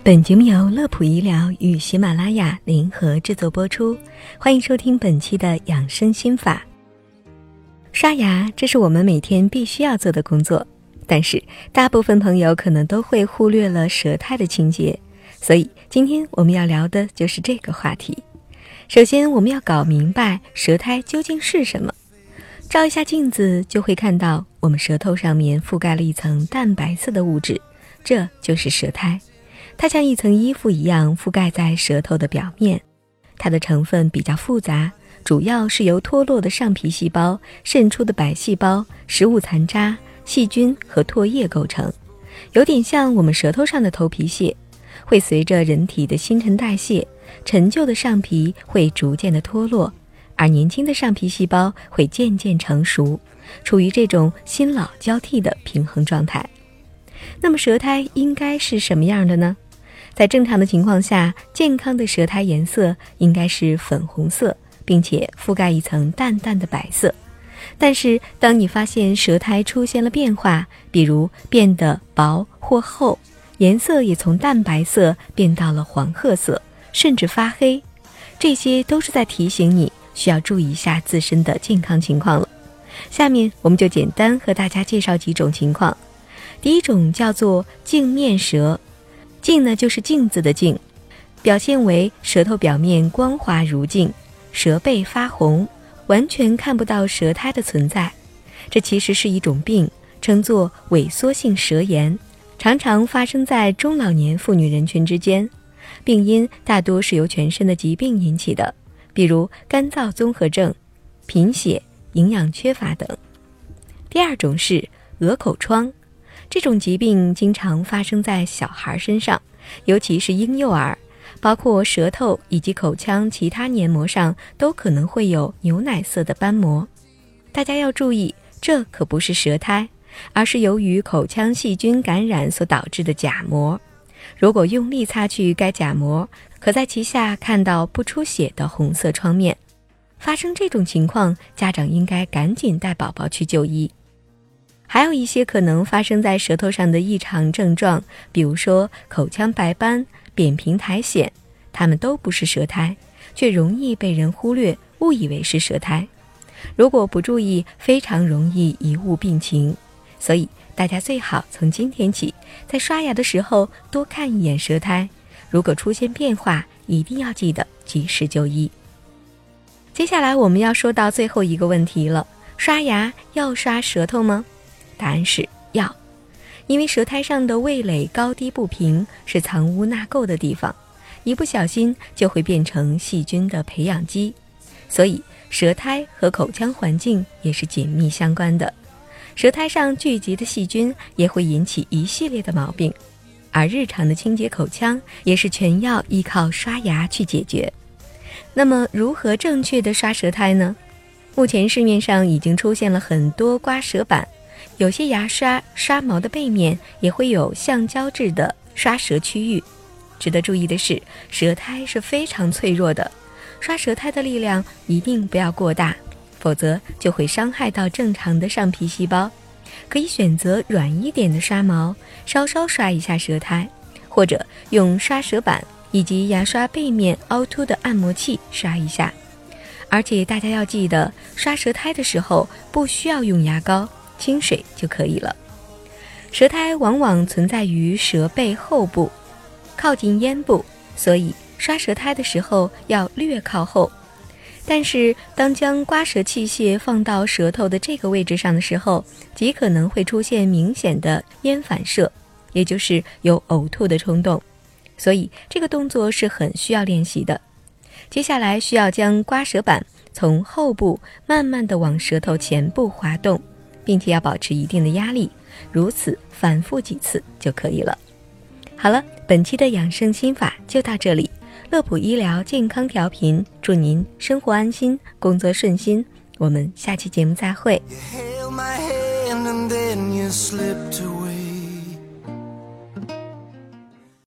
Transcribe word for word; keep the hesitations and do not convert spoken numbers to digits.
本节目由乐普医疗与喜马拉雅联合制作播出，欢迎收听本期的养生心法。刷牙，这是我们每天必须要做的工作，但是大部分朋友可能都会忽略了舌苔的清洁，所以今天我们要聊的就是这个话题。首先我们要搞明白舌苔究竟是什么。照一下镜子就会看到我们舌头上面覆盖了一层淡白色的物质，这就是舌苔。它像一层衣服一样覆盖在舌头的表面，它的成分比较复杂，主要是由脱落的上皮细胞、渗出的白细胞、食物残渣、细菌和唾液构成，有点像我们舌头上的头皮屑，会随着人体的新陈代谢，陈旧的上皮会逐渐的脱落，而年轻的上皮细胞会渐渐成熟，处于这种新老交替的平衡状态。那么舌苔应该是什么样的呢？在正常的情况下，健康的舌苔颜色应该是粉红色，并且覆盖一层淡淡的白色。但是当你发现舌苔出现了变化，比如变得薄或厚，颜色也从淡白色变到了黄褐色，甚至发黑，这些都是在提醒你需要注意一下自身的健康情况了。下面我们就简单和大家介绍几种情况。第一种叫做镜面舌，镜呢就是镜子的镜，表现为舌头表面光滑如镜，舌背发红，完全看不到舌苔的存在。这其实是一种病，称作萎缩性舌炎，常常发生在中老年妇女人群之间。病因大多是由全身的疾病引起的，比如干燥综合症、贫血、营养缺乏等。第二种是鹅口疮，这种疾病经常发生在小孩身上，尤其是婴幼儿，包括舌头以及口腔其他黏膜上都可能会有牛奶色的斑膜。大家要注意，这可不是舌苔，而是由于口腔细菌感染所导致的假膜。如果用力擦去该假膜，可在其下看到不出血的红色创面。发生这种情况，家长应该赶紧带宝宝去就医。还有一些可能发生在舌头上的异常症状，比如说口腔白斑、扁平苔藓，它们都不是舌苔，却容易被人忽略，误以为是舌苔。如果不注意，非常容易贻误病情。所以大家最好从今天起，在刷牙的时候多看一眼舌苔，如果出现变化，一定要记得及时就医。接下来我们要说到最后一个问题了，刷牙要刷舌头吗？答案是要，因为舌苔上的味蕾高低不平，是藏污纳垢的地方，一不小心就会变成细菌的培养基，所以舌苔和口腔环境也是紧密相关的。舌苔上聚集的细菌也会引起一系列的毛病，而日常的清洁口腔也是全要依靠刷牙去解决。那么如何正确的刷舌苔呢？目前市面上已经出现了很多刮舌板，有些牙刷刷毛的背面也会有橡胶制的刷舌区域。值得注意的是，舌苔是非常脆弱的，刷舌苔的力量一定不要过大，否则就会伤害到正常的上皮细胞。可以选择软一点的刷毛，稍稍刷一下舌苔，或者用刷舌板以及牙刷背面凹凸的按摩器刷一下。而且大家要记得，刷舌苔的时候不需要用牙膏，清水就可以了。舌苔往往存在于舌背后部，靠近咽部，所以刷舌苔的时候要略靠后。但是当将刮舌器械放到舌头的这个位置上的时候，极可能会出现明显的咽反射，也就是有呕吐的冲动，所以这个动作是很需要练习的。接下来需要将刮舌板从后部慢慢地往舌头前部滑动，并且要保持一定的压力，如此反复几次就可以了。好了，本期的养生心法就到这里。乐普医疗健康调频，祝您生活安心，工作顺心。我们下期节目再会。You held my hand and then you slipped away.